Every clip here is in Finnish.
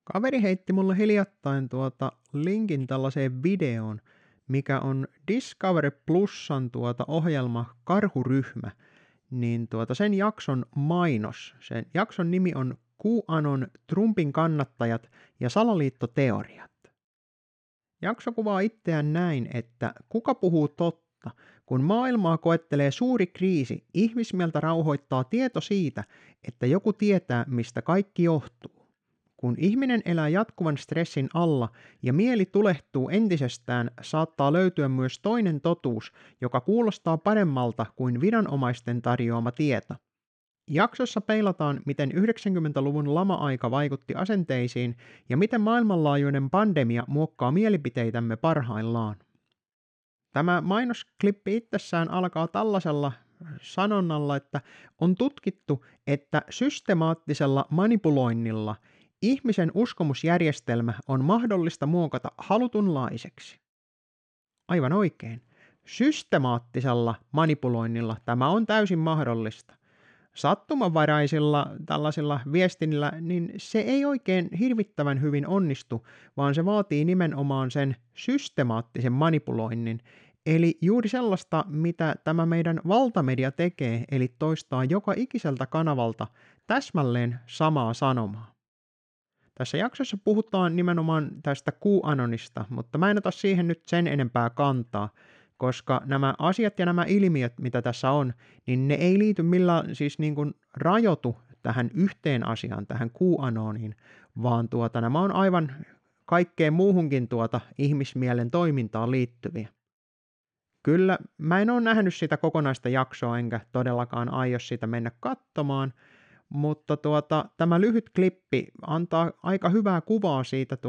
Kaveri heitti mulle hiljattain linkin tällaiseen videoon, mikä on Discovery Plusan ohjelma Karhuryhmä, niin sen jakson mainos. Sen jakson nimi on QAnon Trumpin kannattajat ja salaliittoteoriat. Jakso kuvaa itseään näin, että kuka puhuu totta, kun maailmaa koettelee suuri kriisi, ihmismieltä rauhoittaa tieto siitä, että joku tietää, mistä kaikki johtuu. Kun ihminen elää jatkuvan stressin alla ja mieli tulehtuu entisestään, saattaa löytyä myös toinen totuus, joka kuulostaa paremmalta kuin viranomaisten tarjoama tieto. Jaksossa peilataan, miten 90-luvun lama-aika vaikutti asenteisiin ja miten maailmanlaajuinen pandemia muokkaa mielipiteitämme parhaillaan. Tämä mainosklippi itsessään alkaa tällaisella sanonnalla, että on tutkittu, että systemaattisella manipuloinnilla ihmisen uskomusjärjestelmä on mahdollista muokata halutunlaiseksi. Aivan oikein. Systemaattisella manipuloinnilla tämä on täysin mahdollista. Sattumanvaraisilla tällaisilla viestinnillä, niin se ei oikein hirvittävän hyvin onnistu, vaan se vaatii nimenomaan sen systemaattisen manipuloinnin, eli juuri sellaista, mitä tämä meidän valtamedia tekee, eli toistaa joka ikiseltä kanavalta täsmälleen samaa sanomaa. Tässä jaksossa puhutaan nimenomaan tästä QAnonista, mutta mä en ota siihen nyt sen enempää kantaa, koska nämä asiat ja nämä ilmiöt, mitä tässä on, niin ne ei liity millään siis niin kuin rajoitu tähän yhteen asiaan, tähän QAnoniin, vaan nämä on aivan kaikkeen muuhunkin ihmismielen toimintaan liittyviä. Kyllä, mä en ole nähnyt sitä kokonaista jaksoa, enkä todellakaan aio sitä mennä katsomaan, mutta tämä lyhyt klippi antaa aika hyvää kuvaa siitä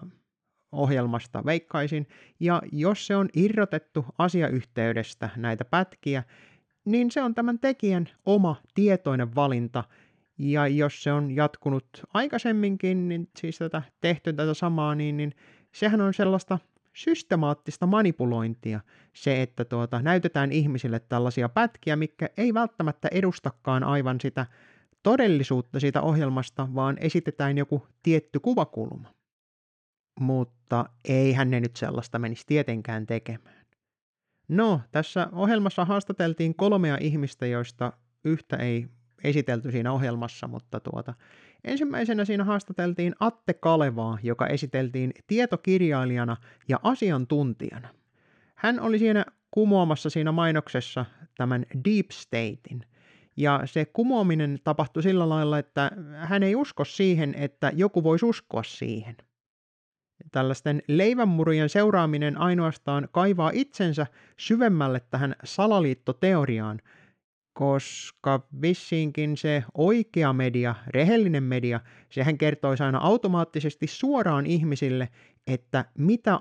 ohjelmasta, veikkaisin, ja jos se on irrotettu asiayhteydestä näitä pätkiä, niin se on tämän tekijän oma tietoinen valinta, ja jos se on jatkunut aikaisemminkin, niin siis tehty tätä samaa, niin sehän on sellaista systemaattista manipulointia, se, että näytetään ihmisille tällaisia pätkiä, mikä ei välttämättä edustakaan aivan sitä todellisuutta siitä ohjelmasta, vaan esitetään joku tietty kuvakulma. Mutta eihän ne nyt sellaista menisi tietenkään tekemään. No, tässä ohjelmassa haastateltiin 3 ihmistä, joista yhtä ei esitelty siinä ohjelmassa, mutta ensimmäisenä siinä haastateltiin Atte Kalevaa, joka esiteltiin tietokirjailijana ja asiantuntijana. Hän oli siinä kumoamassa siinä mainoksessa tämän Deep Statein. Ja se kumoaminen tapahtui sillä lailla, että hän ei usko siihen, että joku voisi uskoa siihen. Tällaisten leivänmurujen seuraaminen ainoastaan kaivaa itsensä syvemmälle tähän salaliittoteoriaan, koska vissiinkin se oikea media, rehellinen media, sehän kertoisi aina automaattisesti suoraan ihmisille, että mitä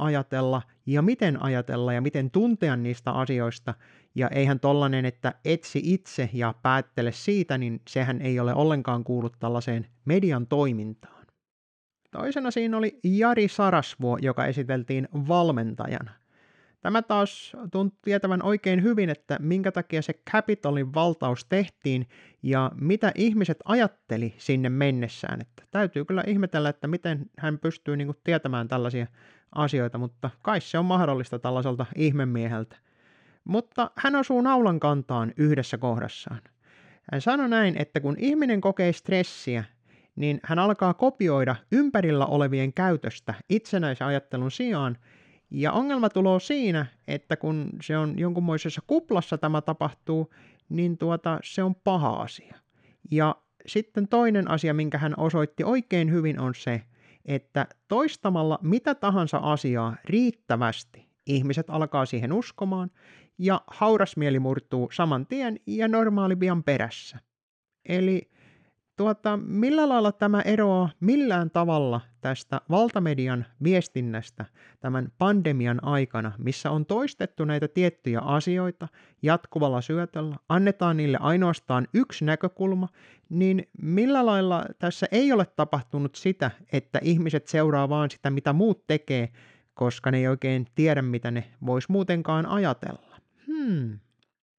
ajatella ja miten tuntea niistä asioista, ja eihän tollanen, että etsi itse ja päättele siitä, niin sehän ei ole ollenkaan kuullut tällaiseen median toimintaan. Toisena siinä oli Jari Sarasvuo, joka esiteltiin valmentajana. Tämä taas tuntui tietävän oikein hyvin, että minkä takia se Capitolin valtaus tehtiin ja mitä ihmiset ajatteli sinne mennessään. Että täytyy kyllä ihmetellä, että miten hän pystyy tietämään tällaisia asioita, mutta kai se on mahdollista tällaiselta ihmemieheltä. Mutta hän osuu naulan kantaan yhdessä kohdassaan. Hän sanoi näin, että kun ihminen kokee stressiä, niin hän alkaa kopioida ympärillä olevien käytöstä itsenäisen ajattelun sijaan, ja ongelma tulee siinä, että kun se on jonkunmoisessa kuplassa tämä tapahtuu, niin se on paha asia. Ja sitten toinen asia, minkä hän osoitti oikein hyvin, on se, että toistamalla mitä tahansa asiaa riittävästi, ihmiset alkaa siihen uskomaan, ja hauras mieli murtuu saman tien ja normaali pian perässä. Eli millä lailla tämä eroaa millään tavalla tästä valtamedian viestinnästä tämän pandemian aikana, missä on toistettu näitä tiettyjä asioita jatkuvalla syötöllä, annetaan niille ainoastaan yksi näkökulma, niin millä lailla tässä ei ole tapahtunut sitä, että ihmiset seuraa vaan sitä, mitä muut tekee, koska ne ei oikein tiedä, mitä ne vois muutenkaan ajatella.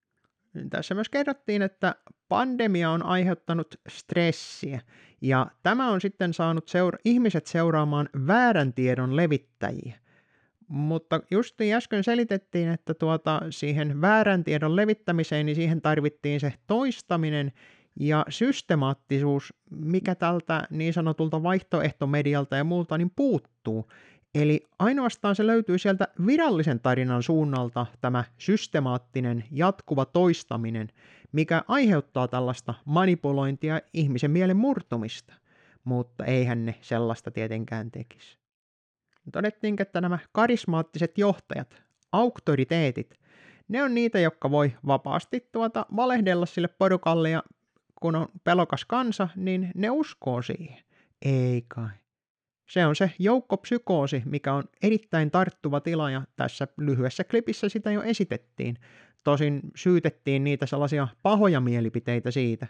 Tässä myös kerrottiin, että pandemia on aiheuttanut stressiä, ja tämä on sitten saanut ihmiset seuraamaan väärän tiedon levittäjiä. Mutta justiin äsken selitettiin, että siihen väärän tiedon levittämiseen, niin siihen tarvittiin se toistaminen ja systemaattisuus, mikä tältä niin sanotulta vaihtoehtomedialta ja muulta niin puuttuu. Eli ainoastaan se löytyy sieltä virallisen tarinan suunnalta tämä systemaattinen jatkuva toistaminen, mikä aiheuttaa tällaista manipulointia ihmisen mielen murtumista. Mutta eihän ne sellaista tietenkään tekisi. Todettiin, että nämä karismaattiset johtajat, auktoriteetit, ne on niitä, jotka voi vapaasti valehdella sille porukalle ja kun on pelokas kansa, niin ne uskoo siihen. Ei kai. Se on se joukkopsykoosi, mikä on erittäin tarttuva tila ja tässä lyhyessä klipissä sitä jo esitettiin. Tosin syytettiin niitä sellaisia pahoja mielipiteitä siitä.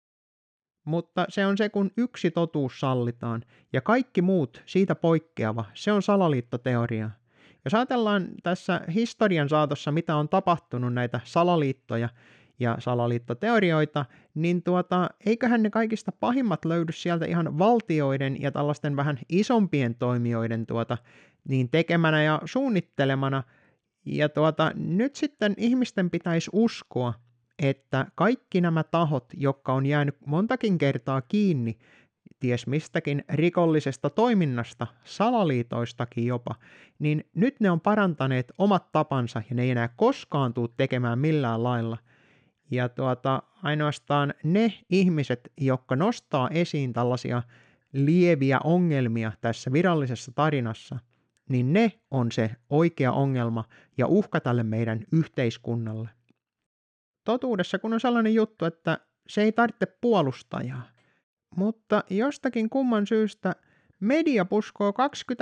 Mutta se on se, kun yksi totuus sallitaan ja kaikki muut siitä poikkeava, se on salaliittoteoria. Jos ajatellaan tässä historian saatossa, mitä on tapahtunut näitä salaliittoja ja salaliittoteorioita, niin eiköhän ne kaikista pahimmat löydy sieltä ihan valtioiden ja tällaisten vähän isompien toimijoiden niin tekemänä ja suunnittelemana. Ja nyt sitten ihmisten pitäisi uskoa, että kaikki nämä tahot, jotka on jäänyt montakin kertaa kiinni, ties mistäkin rikollisesta toiminnasta, salaliitoistakin jopa, niin nyt ne on parantaneet omat tapansa ja ne ei enää koskaan tule tekemään millään lailla. Ja ainoastaan ne ihmiset, jotka nostaa esiin tällaisia lieviä ongelmia tässä virallisessa tarinassa, niin ne on se oikea ongelma ja uhka tälle meidän yhteiskunnalle. Totuudessa kun on sellainen juttu, että se ei tarvitse puolustajaa, mutta jostakin kumman syystä media puskoo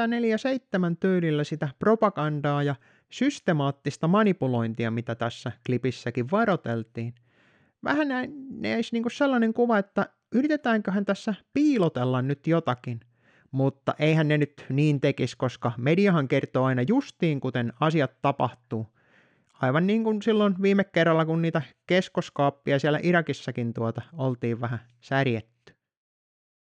24/7 tyylillä sitä propagandaa ja systemaattista manipulointia, mitä tässä klipissäkin varoteltiin. Vähän näis niinku sellainen kuva, että yritetäänköhän tässä piilotella nyt jotakin, mutta eihän ne nyt niin tekisi, koska mediahan kertoo aina justiin, kuten asiat tapahtuu. Aivan niin kuin silloin viime kerralla, kun niitä keskoskaappia siellä Irakissakin oltiin vähän särjetty.